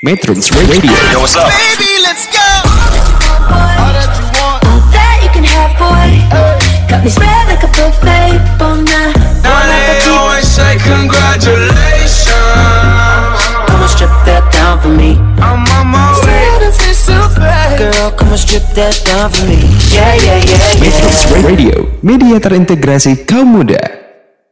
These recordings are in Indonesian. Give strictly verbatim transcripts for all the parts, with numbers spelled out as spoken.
Metrums Radio. Yo, what's up? Baby, let's go. All that you want, All that you can have, boy. Got me spread like a buffet, bon night. now they always say congratulations. Come on, strip that down for me. I'm on my way. Girl, come on, strip that down for me. Yeah, yeah, yeah, Metrums yeah. Radio, media terintegrasi kaum muda.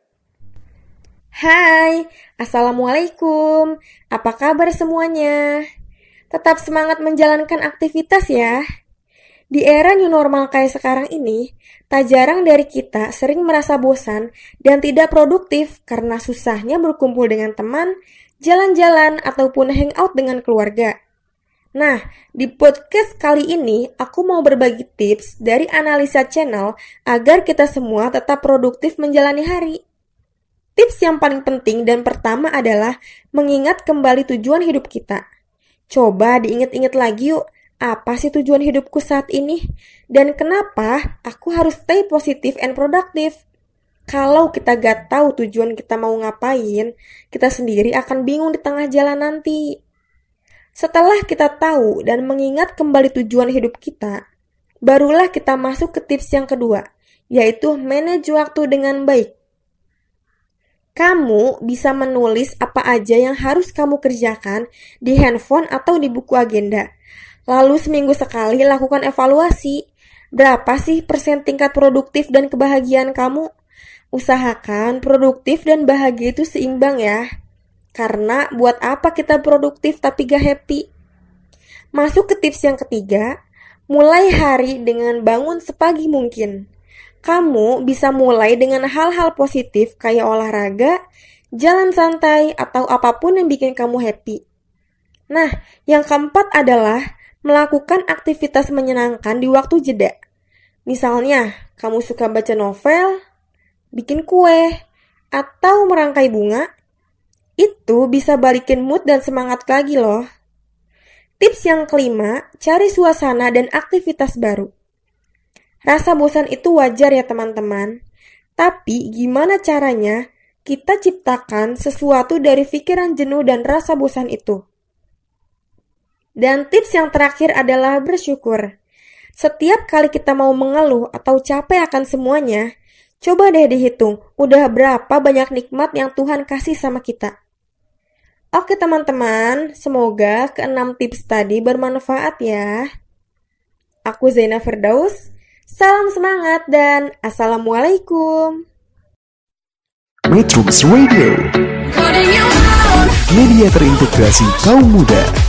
Hai, Assalamualaikum. Apa kabar semuanya? Tetap semangat menjalankan aktivitas ya. Di era new normal kayak sekarang ini, tak jarang dari kita sering merasa bosan dan tidak produktif karena susahnya berkumpul dengan teman, jalan-jalan, ataupun hangout dengan keluarga. Nah, di podcast kali ini aku mau berbagi tips dari Analisa Channel agar kita semua tetap produktif menjalani hari. Tips yang paling penting dan pertama adalah mengingat kembali tujuan hidup kita. Coba diingat-ingat lagi yuk, apa sih tujuan hidupku saat ini? Dan kenapa aku harus stay positif and produktif? Kalau kita gak tahu tujuan kita mau ngapain, kita sendiri akan bingung di tengah jalan nanti. Setelah kita tahu dan mengingat kembali tujuan hidup kita, barulah kita masuk ke tips yang kedua, yaitu manage waktu dengan baik. Kamu bisa menulis apa aja yang harus kamu kerjakan di handphone atau di buku agenda. Lalu seminggu sekali lakukan evaluasi. Berapa sih persen tingkat produktif dan kebahagiaan kamu? Usahakan produktif dan bahagia itu seimbang ya. Karena buat apa kita produktif tapi gak happy? Masuk ke tips yang ketiga, mulai hari dengan bangun sepagi mungkin. Kamu bisa mulai dengan hal-hal positif kayak olahraga, jalan santai, atau apapun yang bikin kamu happy. Nah, yang keempat adalah melakukan aktivitas menyenangkan di waktu jeda. Misalnya, kamu suka baca novel, bikin kue, atau merangkai bunga. Itu bisa balikin mood dan semangat lagi loh. Tips yang kelima, cari suasana dan aktivitas baru. Rasa bosan itu wajar ya teman-teman. Tapi gimana caranya kita ciptakan sesuatu dari pikiran jenuh dan rasa bosan itu? Dan tips yang terakhir adalah bersyukur. Setiap kali kita mau mengeluh atau capek akan semuanya, coba deh dihitung udah berapa banyak nikmat yang Tuhan kasih sama kita. Oke teman-teman, semoga keenam tips tadi bermanfaat ya. Aku Zaina Firdaus, salam semangat dan Assalamualaikum. Metrums Radio, media terintegrasi kaum muda.